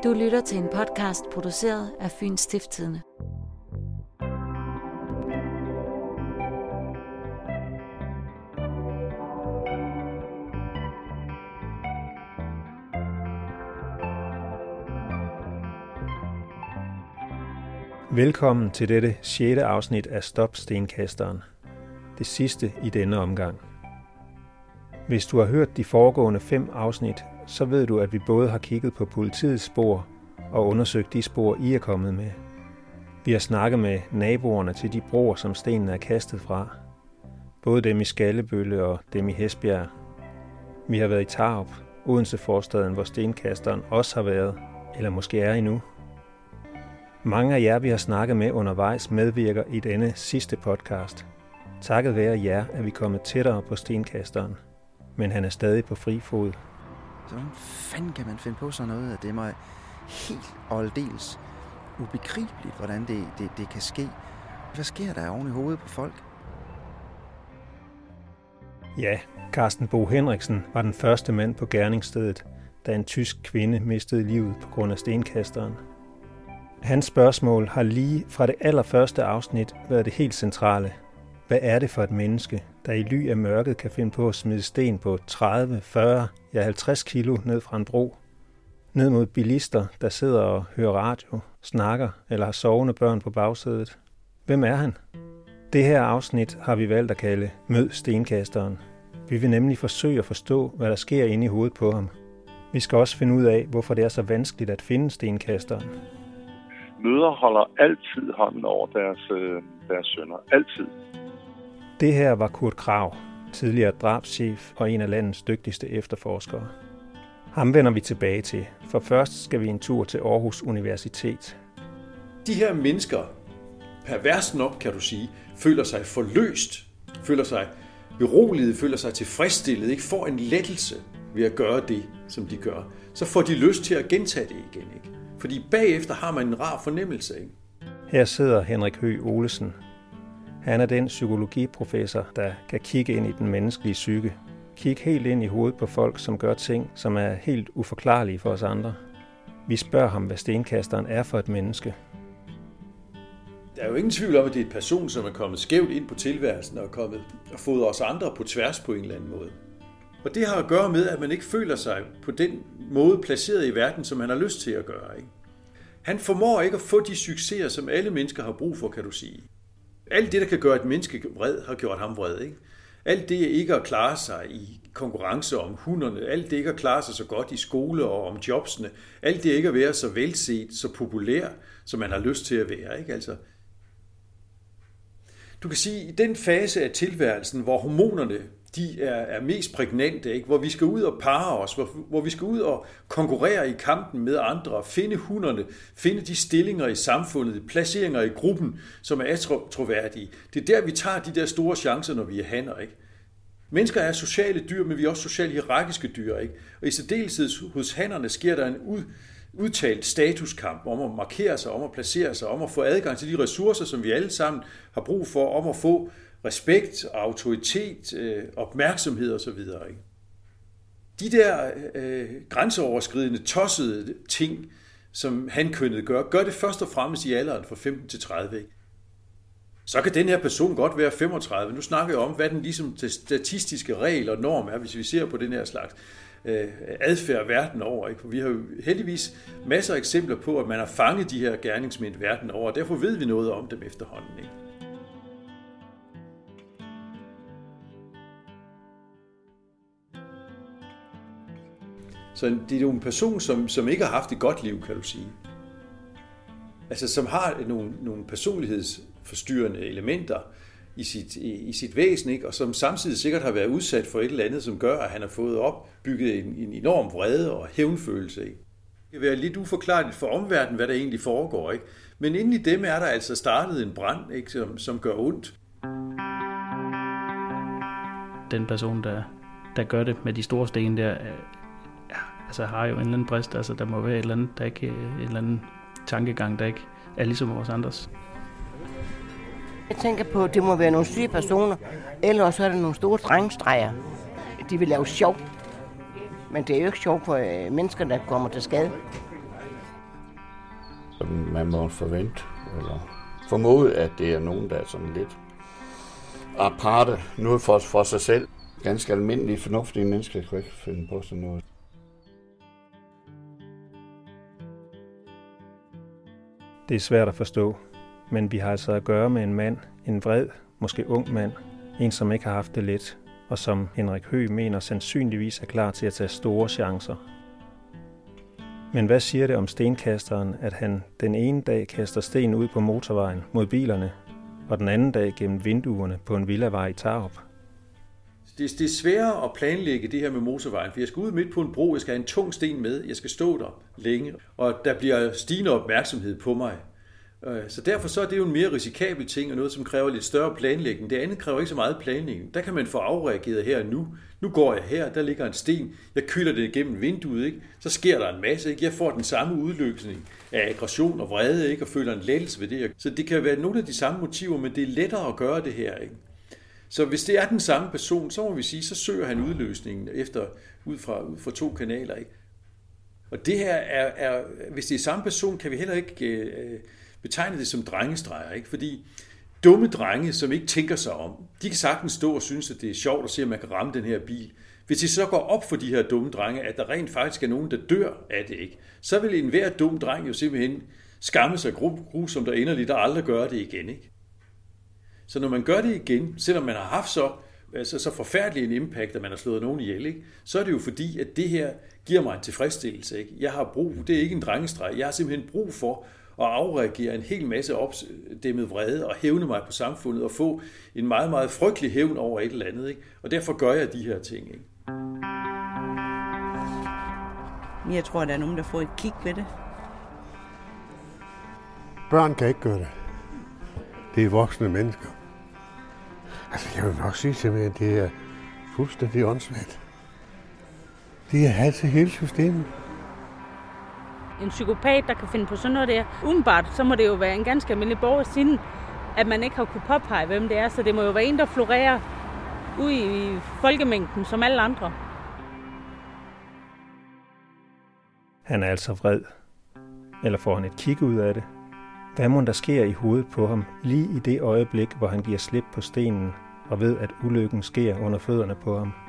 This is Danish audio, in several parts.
Du lytter til en podcast produceret af Fyens Stiftstidende. Velkommen til dette 6. afsnit af Stop Stenkasteren. Det sidste i denne omgang. Hvis du har hørt de foregående 5 afsnit, så ved du, at vi både har kigget på politiets spor og undersøgt de spor, I er kommet med. Vi har snakket med naboerne til de broer, som stenene er kastet fra. Både dem i Skallebølle og dem i Hesbjerg. Vi har været i Tarup, Odense-forstaden, hvor stenkasteren også har været, eller måske er endnu. Mange af jer, vi har snakket med undervejs, medvirker i denne sidste podcast. Takket være jer, er vi kommet tættere på stenkasteren. Men han er stadig på fri fod. Så hvordan fanden kan man finde på sådan noget, at det er mig helt og aldeles ubegribeligt, hvordan det kan ske. Hvad sker der oven i hovedet på folk? Ja, Carsten Bo Henriksen var den første mand på gerningsstedet, da en tysk kvinde mistede livet på grund af stenkasteren. Hans spørgsmål har lige fra det allerførste afsnit været det helt centrale. Hvad er det for et menneske, der i ly af mørket kan finde på at smide sten på 30, 40, ja 50 kilo ned fra en bro? Ned mod bilister, der sidder og hører radio, snakker eller har sovende børn på bagsædet. Hvem er han? Det her afsnit har vi valgt at kalde Mød Stenkasteren. Vi vil nemlig forsøge at forstå, hvad der sker inde i hovedet på ham. Vi skal også finde ud af, hvorfor det er så vanskeligt at finde stenkasteren. Mødre holder altid hånden over deres sønner. Altid. Det her var Kurt Krag, tidligere drabschef og en af landets dygtigste efterforskere. Ham vender vi tilbage til, for først skal vi en tur til Aarhus Universitet. De her mennesker, perverst nok kan du sige, føler sig forløst, føler sig beroliget, føler sig tilfredsstillet, ikke får en lettelse ved at gøre det, som de gør. Så får de lyst til at gentage det igen, ikke? Fordi bagefter har man en rar fornemmelse, ikke? Her sidder Henrik Høgh Olesen. Han er den psykologiprofessor, der kan kigge ind i den menneskelige psyke. Kigge helt ind i hovedet på folk, som gør ting, som er helt uforklarlige for os andre. Vi spørger ham, hvad stenkasteren er for et menneske. Der er jo ingen tvivl om, at det er en person, som er kommet skævt ind på tilværelsen og fået os andre på tværs på en eller anden måde. Og det har at gøre med, at man ikke føler sig på den måde placeret i verden, som han har lyst til at gøre, ikke? Han formår ikke at få de succeser, som alle mennesker har brug for, kan du sige. Alt det, der kan gøre et menneske vred, har gjort ham vred, ikke? Alt det ikke at klare sig i konkurrence om hunderne, alt det ikke at klare sig så godt i skole og om jobsene, alt det ikke at være så velset, så populær, som man har lyst til at være, ikke? Altså, du kan sige, i den fase af tilværelsen, hvor hormonerne de er mest prægnante, ikke? Hvor vi skal ud og parre os, hvor vi skal ud og konkurrere i kampen med andre, finde hunderne, finde de stillinger i samfundet, placeringer i gruppen, som er attråværdige. Det er der, vi tager de der store chancer, når vi er hanner, ikke? Mennesker er sociale dyr, men vi er også socialt hierarkiske dyr, ikke? Og i særdeleshed hos hannerne sker der en udtalt statuskamp om at markere sig, om at placere sig, om at få adgang til de ressourcer, som vi alle sammen har brug for, om at få respekt, autoritet, opmærksomhed osv. De der grænseoverskridende, tossede ting, som hankønnet gør det først og fremmest i alderen fra 15 til 30. Så kan den her person godt være 35. Nu snakker jeg om, hvad den ligesom statistiske regel og norm er, hvis vi ser på den her slags adfærd verden over, ikke? For vi har jo heldigvis masser af eksempler på, at man har fanget de her gerningsmænd verden over, og derfor ved vi noget om dem efterhånden, ikke? Så det er jo en person, som ikke har haft et godt liv, kan du sige. Altså som har nogle personlighedsforstyrrende elementer i sit væsen, ikke? Og som samtidig sikkert har været udsat for et eller andet, som gør, at han har fået opbygget en enorm vrede og hævnfølelse, ikke? Det kan være lidt uforklarligt for omverdenen, hvad der egentlig foregår, ikke? Men inden i dem er der altså startet en brand, ikke? Som gør ondt. Den person, der gør det med de store sten der, altså har jo en eller anden brist, altså der må være et eller andet, der ikke, en eller anden tankegang, der ikke er ligesom vores andres. Jeg tænker på, at det må være nogle syge personer, eller også er der nogle store drengestreger. De vil lave sjov, men det er jo ikke sjov for mennesker, der kommer til skade. Man må forvente, eller formode, at det er nogen, der er sådan lidt aparte, noget for sig selv. Ganske almindelige, fornuftige mennesker kan ikke finde på sådan noget. Det er svært at forstå, men vi har altså at gøre med en mand, en vred, måske ung mand, en som ikke har haft det let, og som Henrik Høegh mener sandsynligvis er klar til at tage store chancer. Men hvad siger det om stenkasteren, at han den ene dag kaster sten ud på motorvejen mod bilerne, og den anden dag gennem vinduerne på en villavej i Tarup? Det er sværere at planlægge det her med motorvejen, for jeg skal ud midt på en bro, jeg skal have en tung sten med, jeg skal stå der længe, og der bliver stigende opmærksomhed på mig. Så derfor så er det jo en mere risikabel ting, og noget, som kræver lidt større planlægning. Det andet kræver ikke så meget planlægning. Der kan man få afreageret her og nu. Nu går jeg her, der ligger en sten, jeg kylder det igennem vinduet, ikke? Så sker der en masse, ikke? Jeg får den samme udløsning af aggression og vrede, ikke? Og føler en lettelse ved det. Så det kan være nogle af de samme motiver, men det er lettere at gøre det her, ikke? Så hvis det er den samme person, så må vi sige, så søger han udløsningen ud fra to kanaler, ikke? Og det her er hvis det er samme person, kan vi heller ikke betegne det som drengestreger, ikke? Fordi dumme drenge, som ikke tænker sig om, de kan sagtens stå og synes, at det er sjovt at se, at man kan ramme den her bil. Hvis det så går op for de her dumme drenge, at der rent faktisk er nogen, der dør af det, ikke? Så vil enhver dum dreng jo simpelthen skamme sig grusomt og inderligt og aldrig gøre det igen, ikke? Så når man gør det igen, selvom man har haft så forfærdelig en impact, at man har slået nogen ihjel, ikke? Så er det jo fordi, at det her giver mig en tilfredsstillelse, ikke? Jeg har brug, det er ikke en drengestreg, jeg har simpelthen brug for at afreagere en hel masse opdæmmet vrede og hævne mig på samfundet og få en meget, meget frygtelig hævn over et eller andet, ikke? Og derfor gør jeg de her ting, ikke? Jeg tror, der er nogen, der får et kig ved det. Børn kan ikke gøre det. Det er voksne mennesker. Altså, jeg vil nok sige simpelthen, at det er fuldstændig åndssvagt. Det er hat til hele systemet. En psykopat, der kan finde på sådan noget der. Umiddelbart, så må det jo være en ganske almindelig borgers sinde, at man ikke har kunne påpege, hvem det er. Så det må jo være en, der florerer ud i folkemængden, som alle andre. Han er altså vred. Eller får han et kig ud af det? Hvad må der sker i hovedet på ham, lige i det øjeblik, hvor han giver slip på stenen og ved, at ulykken sker under fødderne på ham?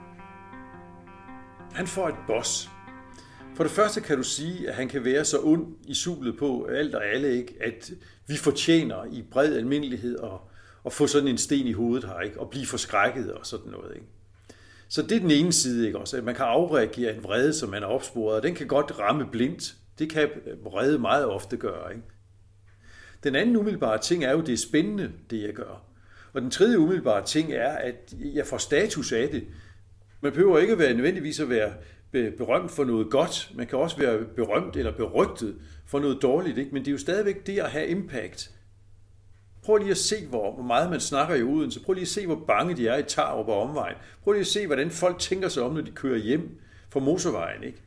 Han får et boss. For det første kan du sige, at han kan være så ond i sulet på alt og alle, ikke, at vi fortjener i bred almindelighed at få sådan en sten i hovedet her, ikke, og blive forskrækket og sådan noget, ikke. Så det er den ene side, ikke, også, at man kan afreagere en vrede, som man er opsporet, og den kan godt ramme blindt. Det kan vrede meget ofte gøre, ikke. Den anden umiddelbare ting er jo, det er spændende, det jeg gør. Og den tredje umiddelbare ting er, at jeg får status af det. Man behøver ikke nødvendigvis at være berømt for noget godt. Man kan også være berømt eller berygtet for noget dårligt, ikke? Men det er jo stadigvæk det at have impact. Prøv lige at se, hvor meget man snakker i Odense. Prøv lige at se, hvor bange de er i Tarup og omvejen. Prøv lige at se, hvordan folk tænker sig om, når de kører hjem fra motorvejen, ikke?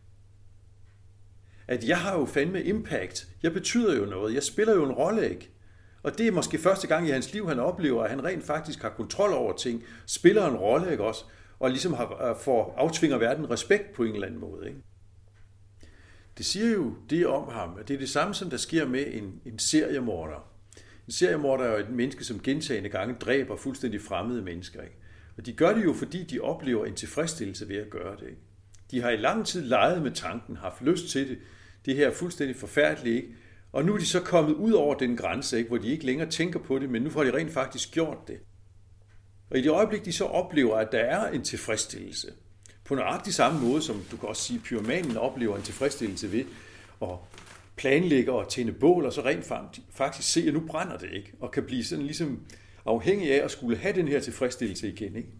At jeg har jo fandme impact. Jeg betyder jo noget. Jeg spiller jo en rolle, ikke? Og det er måske første gang i hans liv, han oplever, at han rent faktisk har kontrol over ting, spiller en rolle, ikke også? Og ligesom aftvinger verden respekt på en eller anden måde, ikke? Det siger jo det om ham, at det er det samme, som der sker med en seriemorder. En seriemorder er jo et menneske, som gentagne gange dræber fuldstændig fremmede mennesker, ikke? Og de gør det jo, fordi de oplever en tilfredsstillelse ved at gøre det, ikke? De har i lang tid leget med tanken, haft lyst til det. Det her er fuldstændig forfærdeligt, ikke? Og nu er de så kommet ud over den grænse, ikke? Hvor de ikke længere tænker på det, men nu får de rent faktisk gjort det. Og i det øjeblik, de så oplever, at der er en tilfredsstillelse, på nøjagtig samme måde, som du kan også sige, pyromanen oplever en tilfredsstillelse ved at planlægge og tænde bål, og så rent faktisk se, at nu brænder det, ikke? Og kan blive sådan ligesom afhængig af at skulle have den her tilfredsstillelse igen, ikke?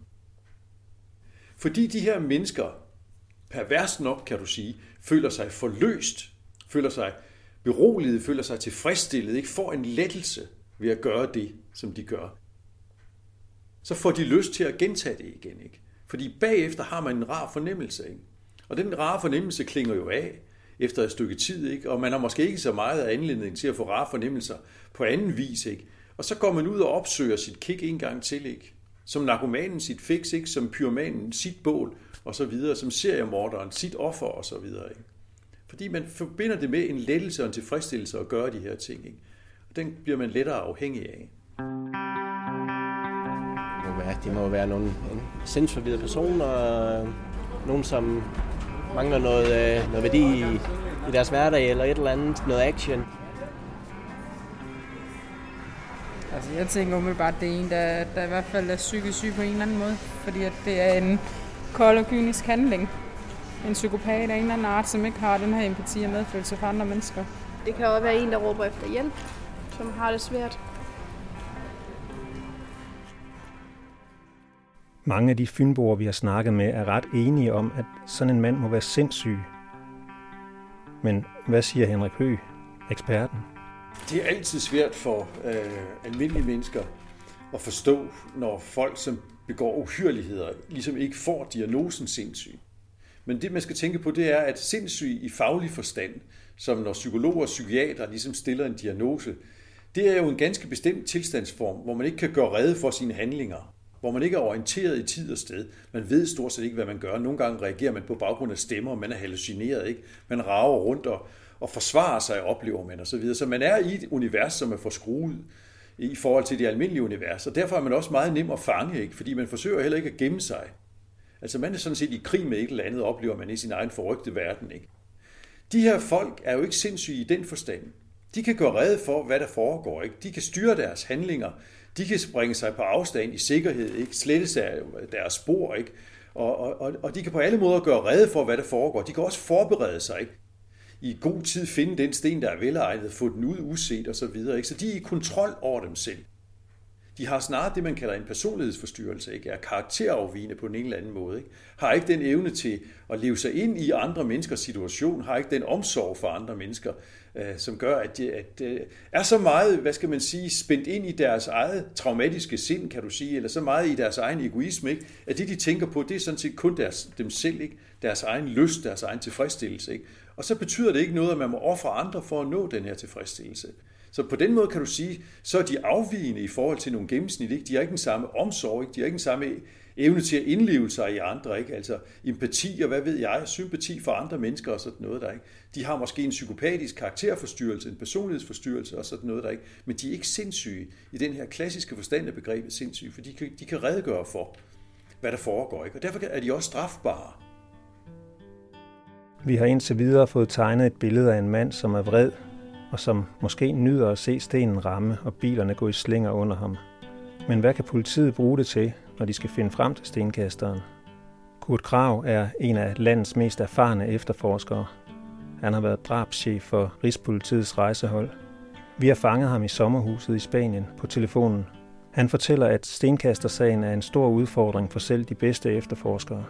Fordi de her mennesker, perverst nok, kan du sige, føler sig forløst, føler sig beroliget, føler sig tilfredsstillet, ikke, får en lettelse ved at gøre det, som de gør. Så får de lyst til at gentage det igen, ikke? Fordi bagefter har man en rar fornemmelse, ikke? Og den rare fornemmelse klinger jo af efter et stykke tid, ikke? Og man har måske ikke så meget af anledning til at få rare fornemmelser på anden vis, ikke? Og så går man ud og opsøger sit kick en gang til, ikke? Som narkomanen sit fix, ikke? Som pyromanen sit bål, og så videre, som seriemorderen sit offer, og så videre, ikke? Fordi man forbinder det med en lettelse og en tilfredsstillelse at gøre de her ting. Ikke? Og den bliver man lettere afhængig af. Det må være nogle sindsforvirrede personer, nogen som mangler noget værdi i deres hverdag eller et eller andet, noget action. Altså jeg tænker umiddelbart, at det er en, der i hvert fald er psykisk syg på en eller anden måde, fordi at det er en kold og kynisk handling. En psykopat af en eller anden art, som ikke har den her empati og medfølelse for andre mennesker. Det kan også være en, der råber efter hjælp, som har det svært. Mange af de fynboer, vi har snakket med, er ret enige om, at sådan en mand må være sindssyg. Men hvad siger Henrik Høegh, eksperten? Det er altid svært for almindelige mennesker at forstå, når folk, som begår uhyrligheder, ligesom ikke får diagnosen sindssyg. Men det, man skal tænke på, det er, at sindssyg i faglig forstand, som når psykologer og psykiater ligesom stiller en diagnose, det er jo en ganske bestemt tilstandsform, hvor man ikke kan gøre rede for sine handlinger, hvor man ikke er orienteret i tid og sted. Man ved stort set ikke, hvad man gør. Nogle gange reagerer man på baggrund af stemmer, man er hallucineret, ikke? Man rager rundt og forsvarer sig, oplever man osv. Så man er i et univers, som er forskruet i forhold til det almindelige univers, og derfor er man også meget nem at fange, ikke? Fordi man forsøger heller ikke at gemme sig. Altså man er sådan set i krig med et eller andet, oplever man i sin egen forrygte verden, ikke? De her folk er jo ikke sindssyge i den forstand. De kan gøre rede for, hvad der foregår, ikke? De kan styre deres handlinger, de kan springe sig på afstand i sikkerhed, ikke? Slette sig deres spor, ikke? Og de kan på alle måder gøre rede for, hvad der foregår. De kan også forberede sig, ikke? I god tid finde den sten, der er velegnet, få den ud uset og så videre, ikke? Så de er i kontrol over dem selv. De har snart det, man kalder en personlighedsforstyrrelse, ikke? Er karakterafvigende på en eller anden måde, ikke? Har ikke den evne til at leve sig ind i andre menneskers situation, har ikke den omsorg for andre mennesker, som gør, at de er så meget, hvad skal man sige, spændt ind i deres eget traumatiske sind, kan du sige, eller så meget i deres egen egoisme, ikke? At det, de tænker på, det er sådan set kun dem selv, ikke? Deres egen lyst, deres egen tilfredsstillelse, ikke? Og så betyder det ikke noget, at man må ofre andre for at nå den her tilfredsstillelse. Så på den måde kan du sige, så er de afvigende i forhold til nogle gennemsnit, ikke? De har ikke den samme omsorg, ikke? De har ikke den samme evne til at indleve sig i andre, ikke? Altså empati og hvad ved jeg, sympati for andre mennesker og sådan noget der, ikke? De har måske en psykopatisk karakterforstyrrelse, en personlighedsforstyrrelse og sådan noget der, ikke? Men de er ikke sindssyge i den her klassiske forstand af begrebet sindssyge, for de kan redegøre for, hvad der foregår, ikke? Og derfor er de også strafbare. Vi har indtil videre fået tegnet et billede af en mand, som er vred, og som måske nyder at se stenen ramme og bilerne gå i slinger under ham. Men hvad kan politiet bruge det til, når de skal finde frem til stenkasteren? Kurt Krag er en af landets mest erfarne efterforskere. Han har været drabschef for Rigspolitiets rejsehold. Vi har fanget ham i sommerhuset i Spanien på telefonen. Han fortæller, at stenkastersagen er en stor udfordring for selv de bedste efterforskere.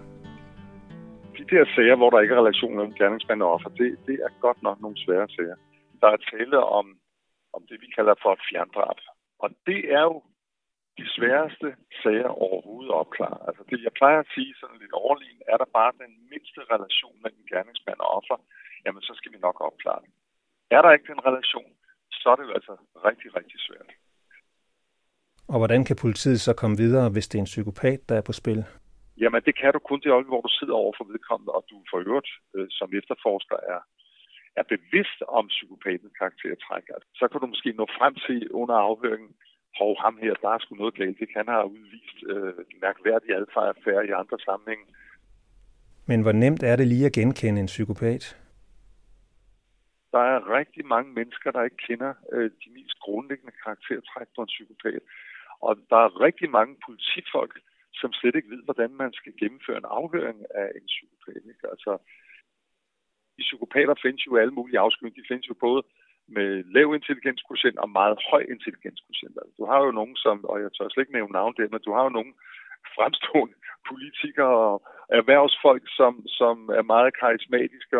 De der sager, hvor der ikke er relation mellem gerningsmand og offer, det er godt nok nogle svære sager. Der er tale om det, vi kalder for et fjerndrab. Og det er jo de sværeste sager overhovedet at opklare. Altså det, jeg plejer at sige sådan lidt overlignet, er der bare den mindste relation mellem gerningsmand og offer, jamen så skal vi nok opklare det. Er der ikke den relation, så er det jo altså rigtig, rigtig svært. Og hvordan kan politiet så komme videre, hvis det er en psykopat, der er på spil? Jamen det kan du kun det øjeblik, hvor du sidder over for vedkommende, og du for øvrigt som efterforsker er bevidst om psykopatens karaktertræk. Så kan du måske nå frem til under afhøringen, ham her, der er sgu noget galt. Det kan have udvist mærkværdig adfærd i andre sammenhænge. Men hvor nemt er det lige at genkende en psykopat? Der er rigtig mange mennesker, der ikke kender de mest grundlæggende karaktertræk på en psykopat. Og der er rigtig mange politifolk, som slet ikke ved, hvordan man skal gennemføre en afhøring af en psykopat. Ikke? Altså, de psykopater findes jo alle mulige afskygninger. De findes jo både med lav intelligenskvotient og meget høj intelligenskvotient. Altså, du har jo nogen, og jeg tør slet ikke nævne navn der, men du har jo nogle fremstående politikere og erhvervsfolk, som er meget karismatiske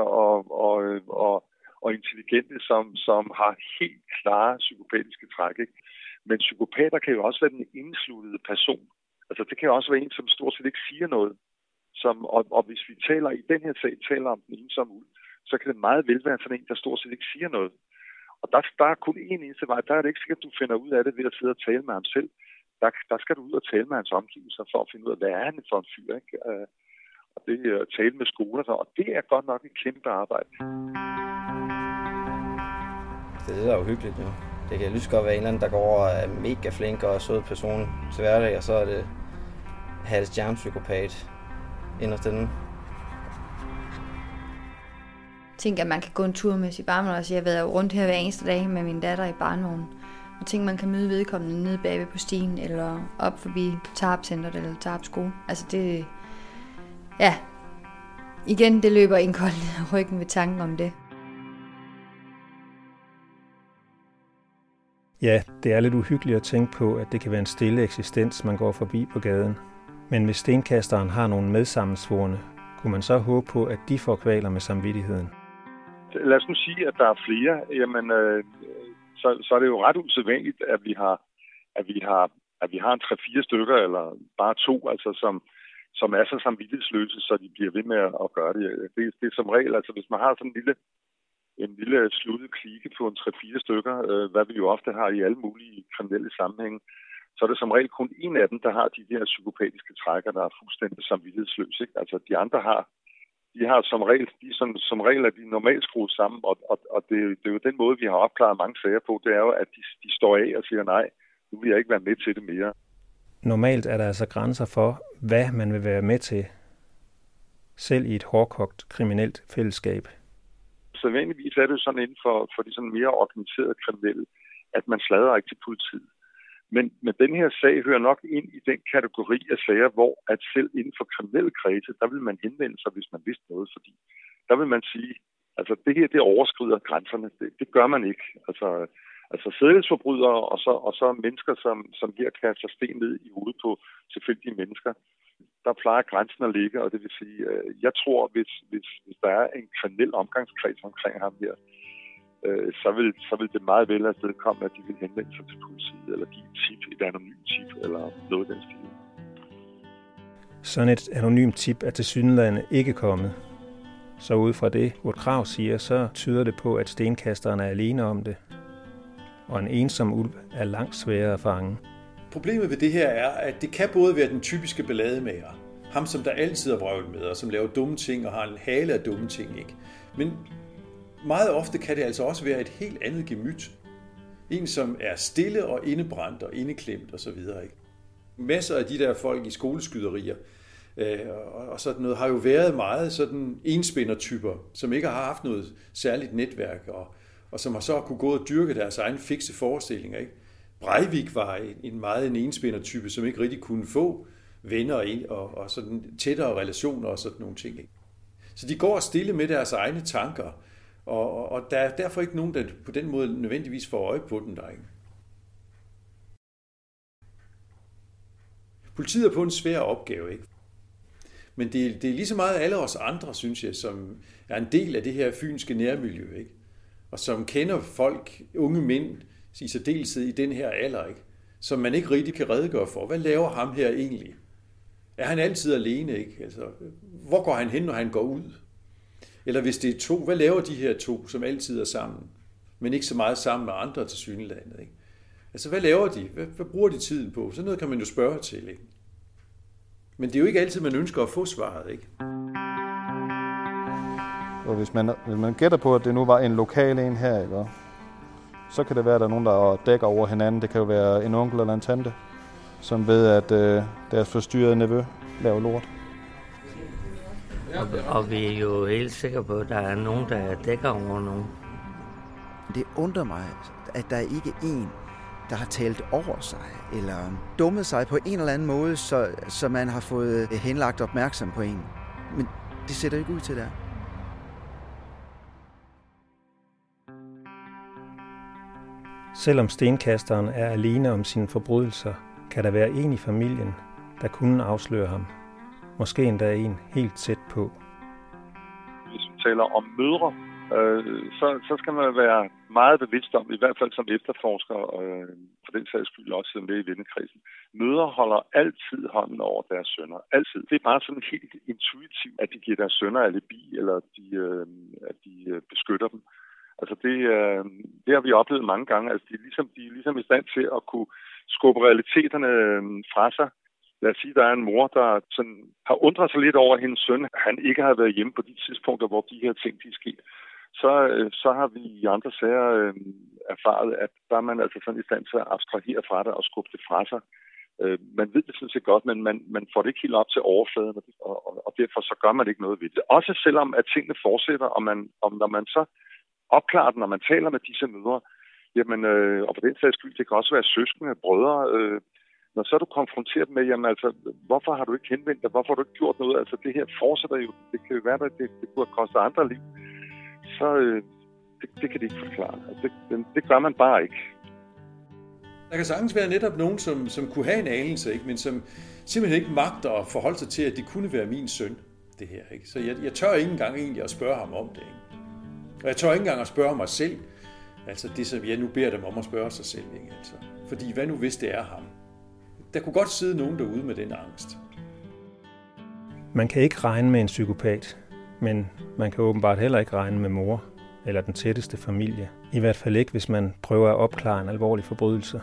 og intelligente, som har helt klare psykopatiske træk. Ikke? Men psykopater kan jo også være den indsluttede person. Altså det kan jo også være en, som stort set ikke siger noget. Og hvis vi taler i den her sag, taler om den ensomme ud, så kan det meget vel være sådan en, der stort set ikke siger noget. Og der er kun én eneste vej. Der er det ikke sikkert, at du finder ud af det ved at sidde og tale med ham selv. Der skal du ud og tale med hans omgivelser for at finde ud af, hvad er han for en fyr. Ikke? Og Det er at tale med skolerne, og det er godt nok et kæmpe arbejde. Det er jo hyggeligt nu. Det kan lige så godt være en eller anden, der går over er mega flink og sød person til hverdag, og så er det Halles Jam-psykopat inderst inde. Tænk, at man kan gå en tur med sit barn, og jeg har været rundt her hver eneste dag med min datter i barnevognen. Og tænk, man kan møde vedkommende nede bagved på stien, eller op forbi Tarp-centret eller Tarp-skole. Altså det, ja, igen, det løber en kold ned ad ryggen ved tanken om det. Ja, det er lidt uhyggeligt at tænke på, at det kan være en stille eksistens, man går forbi på gaden. Men hvis stenkasteren har nogle medsammensvorne, kunne man så håbe på, at de får kvaler med samvittigheden? Lad os nu sige, at der er flere. Jamen, så er det jo ret usædvanligt, at vi har en 3-4 stykker, eller bare 2, altså som er så samvittighedsløse, så de bliver ved med at gøre det. Det er som regel, altså hvis man har sådan en lille sluttet klike på en 3-4 stykker, hvad vi jo ofte har i alle mulige kriminelle sammenhænge, så er det som regel kun en af dem, der har de her psykopatiske trækker, der er fuldstændig samvittighedsløse. Ikke? Altså de andre har som regel er de normalt skruet sammen, og det er jo den måde, vi har opklaret mange sager på, det er jo, at de står af og siger nej, nu vil jeg ikke være med til det mere. Normalt er der altså grænser for, hvad man vil være med til, selv i et hårdkogt kriminelt fællesskab. Så vanligvis er det jo sådan inden for de sådan mere organiserede kriminelle, at man sladrer ikke til politiet. Men den her sag hører nok ind i den kategori af sager, hvor at selv inden for kriminelle kredse, der vil man henvende sig, hvis man vidste noget, fordi der vil man sige, altså det her, det overskrider grænserne. Det gør man ikke. Altså sædelighedsforbrydere og så mennesker, som her kaster sten ned i hovedet på tilfældige mennesker. Der plejer grænsen at ligge, og det vil sige, jeg tror, hvis der er en kriminel omgangskreds omkring ham her, så vil det meget vel afstedkomme, at de vil henvende sig til politiet, eller give et anonymt tip, eller noget af den stil. Sådan et anonymt tip er tilsyneladende ikke kommet. Så ud fra det, Kurt Krag siger, så tyder det på, at stenkasteren er alene om det. Og en ensom ulv er langt sværere at fange. Problemet ved det her er, at det kan både være den typiske ballademager, ham som der altid er vrøvlet med, og som laver dumme ting og har en hale af dumme ting, ikke? Men meget ofte kan det altså også være et helt andet gemyt. En, som er stille og indebrændt og indeklemt osv. Masser af de der folk i skoleskyderier og sådan noget har jo været meget sådan enspændertyper, som ikke har haft noget særligt netværk og som har så kunne gå og dyrke deres egen fikse forestillinger, ikke? Breivik var en enspændertype, som ikke rigtig kunne få venner og sådan tættere relationer og sådan nogle ting, ikke? Så de går stille med deres egne tanker, og der er derfor ikke nogen, der på den måde nødvendigvis får øje på den der, ikke? Politiet er på en svær opgave, ikke? Men det er lige så meget alle os andre, synes jeg, som er en del af det her fynske nærmiljø, ikke? Og som kender folk, unge mænd, i særdeleshed i den her alder, ikke? Som man ikke rigtig kan redegøre for. Hvad laver ham her egentlig? Er han altid alene, ikke? Altså, hvor går han hen, når han går ud? Eller hvis det er 2, hvad laver de her 2, som altid er sammen, men ikke så meget sammen med andre tilsyneladende, ikke? Altså, hvad laver de? Hvad bruger de tiden på? Sådan noget kan man jo spørge til, ikke? Men det er jo ikke altid, man ønsker at få svaret, ikke? Og hvis man gætter på, at det nu var en lokal en her, ikke? Så kan det være, at der er nogen, der dækker over hinanden. Det kan jo være en onkel eller en tante, som ved, at deres forstyrrede nevø laver lort. Og vi er jo helt sikre på, at der er nogen, der dækker over nogen. Det undrer mig, at der ikke er en, der har talt over sig, eller dummet sig på en eller anden måde, så man har fået henlagt opmærksom på en. Men det ser ikke ud til det. Selvom stenkasteren er alene om sine forbrydelser, kan der være en i familien, der kunne afsløre ham. Måske endda en helt tæt på. Hvis vi taler om mødre, så skal man være meget bevidst om, i hvert fald som efterforsker, for den sags skyld også med i vennekredsen. Mødre holder altid hånden over deres sønner. Altid. Det er bare sådan helt intuitivt, at de giver deres sønner alibi, eller at de beskytter dem. Altså det har vi oplevet mange gange. Altså de er ligesom i stand til at kunne skubbe realiteterne fra sig, lad os sige, der er en mor, der sådan har undret sig lidt over, at hendes søn, han ikke har været hjemme på de tidspunkter, hvor de her ting, de er sket. Så har vi i andre sager erfaret, at der er man altså sådan i stand til at abstrahere fra det og skubbe det fra sig. Man ved det sådan set godt, men man får det ikke helt op til overfladen, og derfor så gør man ikke noget ved det. Også selvom at tingene fortsætter, og når man så opklarer det, når man taler med disse mødre, jamen, og på den sags skyld, det kan også være søskende, brødre, når så er du konfronteret med, jamen altså, hvorfor har du ikke henvendt dig, hvorfor har du ikke gjort noget, altså det her fortsætter jo, det kan jo være, at det kunne have kostet andre liv, så det kan det ikke forklare. Altså, det gør man bare ikke. Der kan sagtens være netop nogen, som kunne have en anelse, ikke? Men som simpelthen ikke magter at forholde sig til, at det kunne være min søn, det her. Ikke? Så jeg tør ikke engang egentlig at spørge ham om det. Ikke? Og jeg tør ikke engang at spørge mig selv, altså det, som jeg nu beder dem om at spørge sig selv. Ikke? Altså, fordi hvad nu hvis det er ham? Der kunne godt sidde nogen derude med den angst. Man kan ikke regne med en psykopat, men man kan åbenbart heller ikke regne med mor eller den tætteste familie. I hvert fald ikke, hvis man prøver at opklare en alvorlig forbrydelse.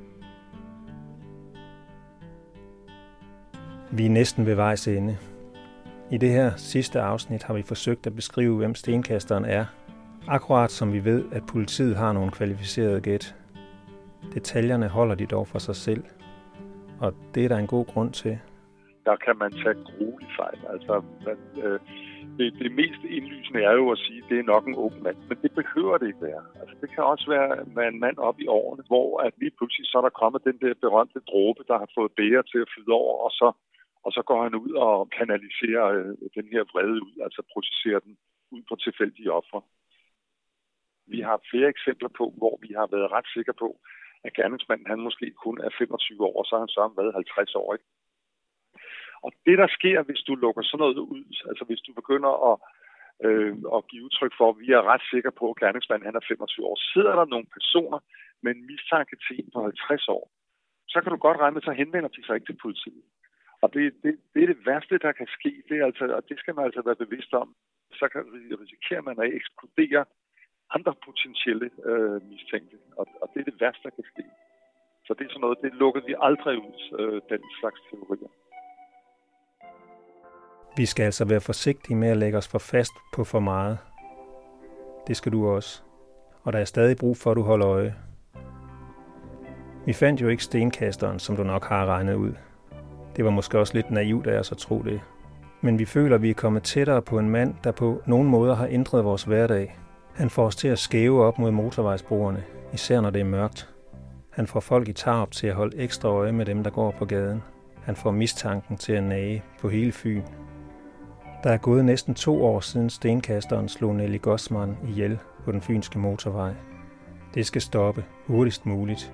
Vi er næsten ved vejs ende. I det her sidste afsnit har vi forsøgt at beskrive, hvem stenkasteren er. Akkurat som vi ved, at politiet har nogle kvalificerede gæt. Detaljerne holder de dog for sig selv. Og det er der en god grund til. Der kan man tage gruelig fejl. Altså, det mest indlysende er jo at sige, at det er nok en ung mand. Men det behøver det ikke være. Altså, det kan også være en mand op i årene, hvor at lige pludselig så er der kommet den der berømte dråbe, der har fået bæger til at flyde over, og så går han ud og kanaliserer den her vrede ud, altså processerer den ud på tilfældige ofre. Vi har flere eksempler på, hvor vi har været ret sikre på, at gerningsmanden han måske kun er 25 år, og så har han så været 50 år. Ikke? Og det, der sker, hvis du lukker sådan noget ud, altså hvis du begynder at give udtryk for, at vi er ret sikre på, at gerningsmanden han er 25 år, sidder der nogle personer med en mistanke til en på 50 år, så kan du godt regne med, så henvender de sig ikke til politiet. Og det er det værste, der kan ske, og det skal man altså være bevidst om. Så kan risikerer man at ekskludere andre potentielle mistænkte, og det er det værste, der kan ske. Så det er sådan noget, det lukker vi aldrig ud, den slags teorier. Vi skal altså være forsigtige med at lægge os for fast på for meget. Det skal du også. Og der er stadig brug for, at du holder øje. Vi fandt jo ikke stenkasteren, som du nok har regnet ud. Det var måske også lidt naivt af os at tro det. Men vi føler, at vi er kommet tættere på en mand, der på nogle måder har ændret vores hverdag. Han får os til at skæve op mod motorvejsbroerne, især når det er mørkt. Han får folk i Tarup til at holde ekstra øje med dem, der går på gaden. Han får mistanken til at nage på hele Fyn. Der er gået næsten 2 år siden stenkasteren slog Nelly Gossmann ihjel på den fynske motorvej. Det skal stoppe hurtigst muligt.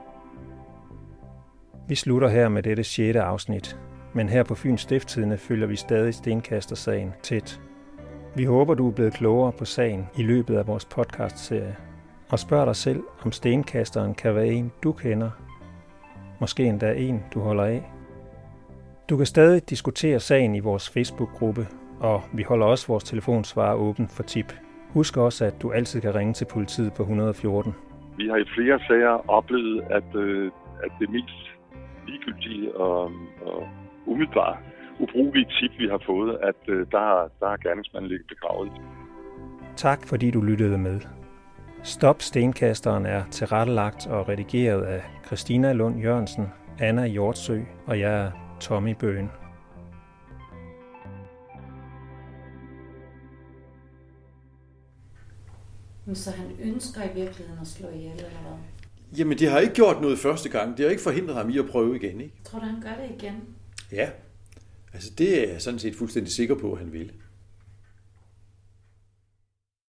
Vi slutter her med dette 6. afsnit, men her på Fyns Stiftstidende følger vi stadig stenkastersagen tæt. Vi håber, du er blevet klogere på sagen i løbet af vores podcastserie, og spørg dig selv, om stenkasteren kan være en, du kender. Måske endda en, du holder af. Du kan stadig diskutere sagen i vores Facebook-gruppe, og vi holder også vores telefonsvarer åben for tip. Husk også, at du altid kan ringe til politiet på 114. Vi har i flere sager oplevet, at det mest ligegyldige og umiddelbart ubrugelige tip, vi har fået, at der er gerningsmanden ligget begravet. Tak fordi du lyttede med. Stop Stenkasteren er tilrettelagt og redigeret af Christina Lund Jørgensen, Anna Hjortsø og jeg er Tommy Bøen. Så han ønsker i virkeligheden at slå ihjel, eller hvad? Jamen, det har ikke gjort noget første gang. Det har ikke forhindret ham i at prøve igen, ikke? Tror du, han gør det igen? Ja. Altså, det er jeg sådan set fuldstændig sikker på, at han vil.